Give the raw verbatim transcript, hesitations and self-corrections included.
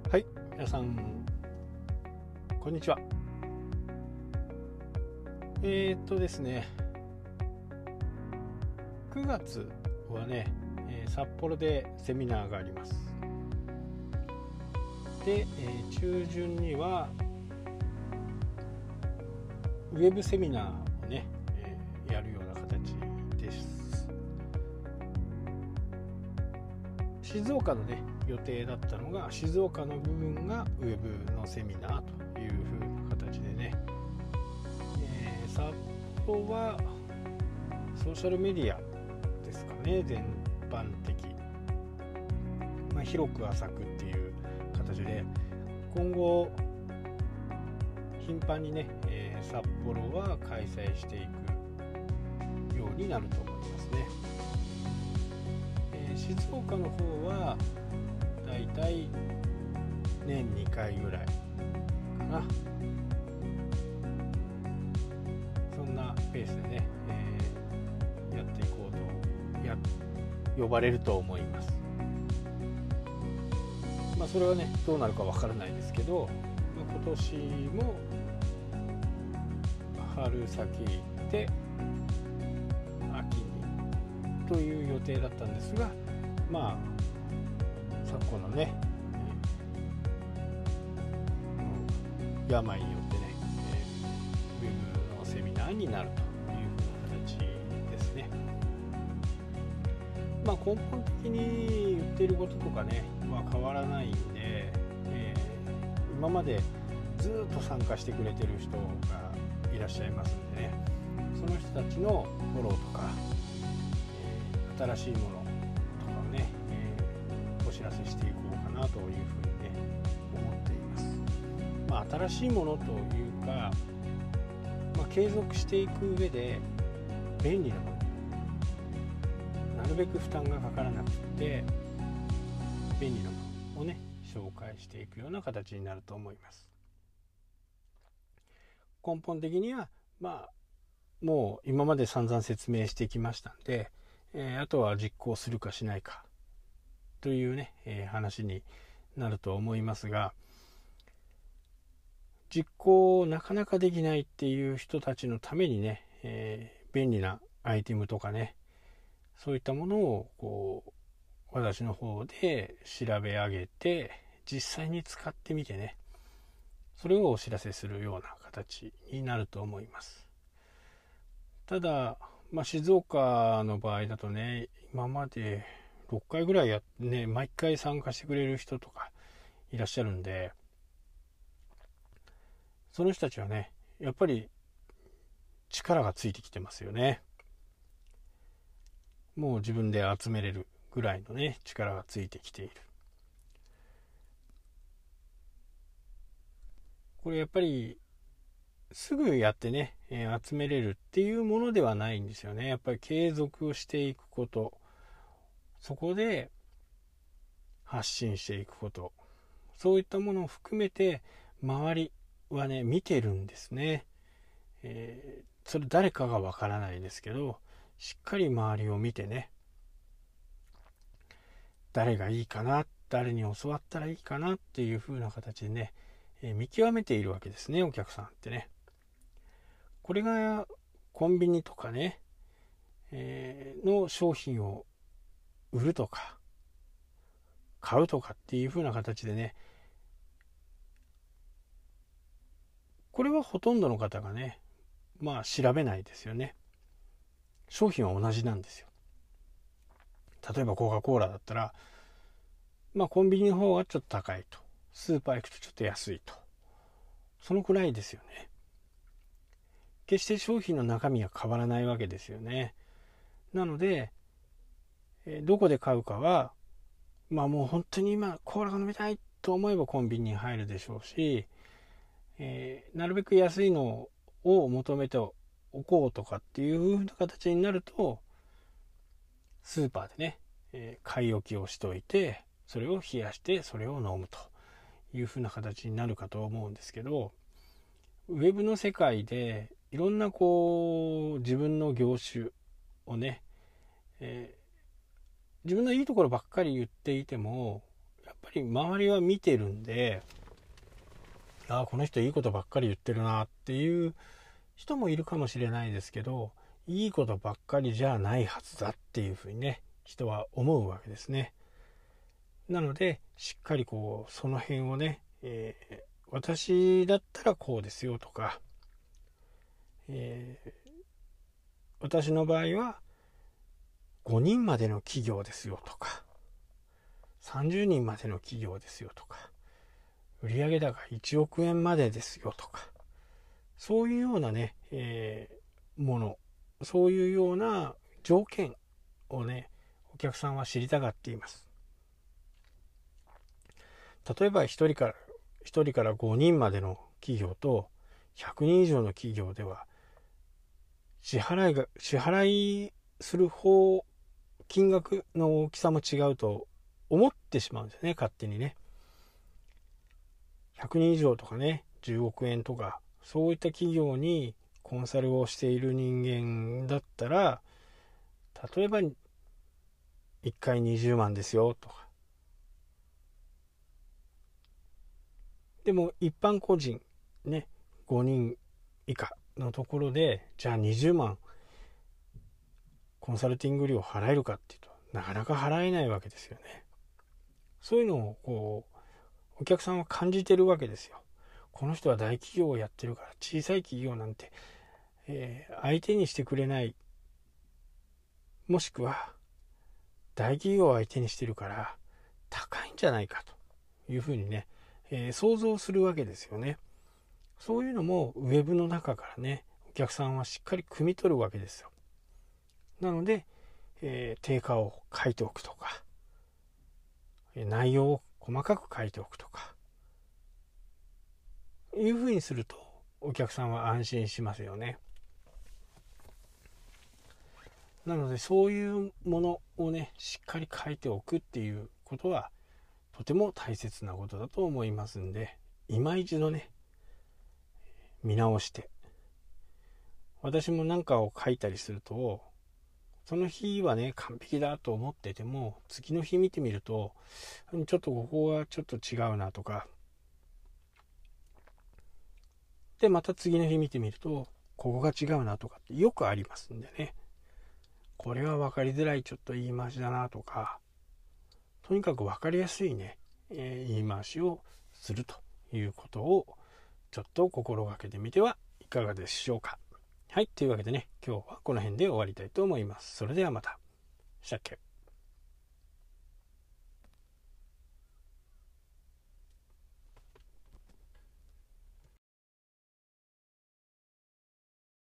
はい、皆さんこんにちは。えー、っとですねくがつはね、えー札幌でセミナーがあります。で、えー中旬にはウェブセミナーをね、えーやるような形です。静岡のね予定だったのが、静岡の部分がウェブのセミナーという風な形でね、えー札幌はソーシャルメディアですかね、全般的、まあ、広く浅くっていう形で今後頻繁にね、えー札幌は開催していくようになると思いますね。えー静岡の方はだいたい年にかいぐらいかな、そんなペースでね、えーやっていこうとや呼ばれると思います。まあそれはねどうなるかわからないですけど、まあ、今年も春先行って秋にという予定だったんですが、まあ昨今のね病によってね、ウェブのセミナーになるというふうな形ですね。まあ根本的に言っていることとかねは変わらないんで、えー、今までずっと参加してくれてる人がいらっしゃいますんでね、その人たちのフォローとか、えー、新しいものとかをね、えー、お知らせしていこうかなというふうにね思っています。まあ、新しいものというか、まあ、継続していく上で便利なもの、なるべく負担がかからなくて便利なものをね紹介していくような形になると思います。根本的にはまあもう今まで散々説明してきましたんで、えー、あとは実行するかしないかというね、えー、話になると思いますが、実行なかなかできないっていう人たちのためにね、えー、便利なアイテムとかね、そういったものをこう私の方で調べ上げて実際に使ってみてね、それをお知らせするような形になると思います。ただ、まあ、静岡の場合だとね、今までろっかいぐらいやってね、毎回参加してくれる人とかいらっしゃるんで、その人たちはねやっぱり力がついてきてますよね。もう自分で集めれるぐらいのね力がついてきている。これやっぱりすぐやってね、えー、集めれるっていうものではないんですよね。やっぱり継続していくこと、そこで発信していくこと、そういったものを含めて周りはね見てるんですね。えー、それ誰かがわからないですけど、しっかり周りを見てね、誰がいいかな、誰に教わったらいいかなっていう風な形でね、えー、見極めているわけですね、お客さんってね。これがコンビニとかね、えー、の商品を売るとか買うとかっていう風な形でね、これはほとんどの方がねまあ調べないですよね。商品は同じなんですよ。例えばコカ・コーラだったら、まあコンビニの方がちょっと高いと、スーパー行くとちょっと安いと、そのくらいですよね。決して商品の中身は変わらないわけですよね。なのでどこで買うかは、まあもう本当に今コーラが飲みたいと思えばコンビニに入るでしょうし、えー、なるべく安いのを求めておこうとかっていう風な形になると、スーパーでね、えー、買い置きをしといて、それを冷やしてそれを飲むという風な形になるかと思うんですけど、ウェブの世界でいろんなこう自分の業種をね、えー、自分のいいところばっかり言っていてもやっぱぱり周りは見てるんで、ああこの人いいことばっかり言ってるなっていう人もいるかもしれないですけど、いいことばっかりじゃないはずだっていうふうにね、人は思うわけですね。なのでしっかりこうその辺をね、えー、私だったらこうですよとか、えー、私の場合はごにんまでの企業ですよとか、さんじゅうにんまでの企業ですよとか、売上高いちおくえんまでですよとか、そういうようなね、えー、もの、そういうような条件をね、お客さんは知りたがっています。例えばひとりからひとりからごにんまでの企業とひゃくにん以上の企業では支払いが支払いする方金額の大きさも違うと思ってしまうんですよね、勝手にね。ひゃくにん以上とかね、じゅうおくえんとか、そういった企業にコンサルをしている人間だったら、例えばいっかいにじゅうまんですよとか。でも一般個人ね、ごにん以下のところで、じゃあにじゅうまんコンサルティング料払えるかっていうと、なかなか払えないわけですよね。そういうのをこうお客さんは感じてるわけですよ。この人は大企業をやってるから小さい企業なんて、えー、相手にしてくれない、もしくは大企業を相手にしてるから高いんじゃないかというふうにね、えー、想像するわけですよね。そういうのもウェブの中からね、お客さんはしっかり汲み取るわけですよ。なので、えー、定価を書いておくとか、内容を細かく書いておくとかいうふうにするとお客さんは安心しますよね。なのでそういうものをね、しっかり書いておくっていうことはとても大切なことだと思いますんで、今一度ね見直して、私も何かを書いたりすると、その日はね完璧だと思ってても、次の日見てみるとちょっとここがちょっと違うなとかで、また次の日見てみるとここが違うなとかってよくありますんでね、これは分かりづらいちょっと言い回しだなとか、とにかく分かりやすいね、えー、言い回しをするということをちょっと心がけてみてはいかがでしょうか。はい、というわけでね、今日はこの辺で終わりたいと思います。それではまた。したっけ。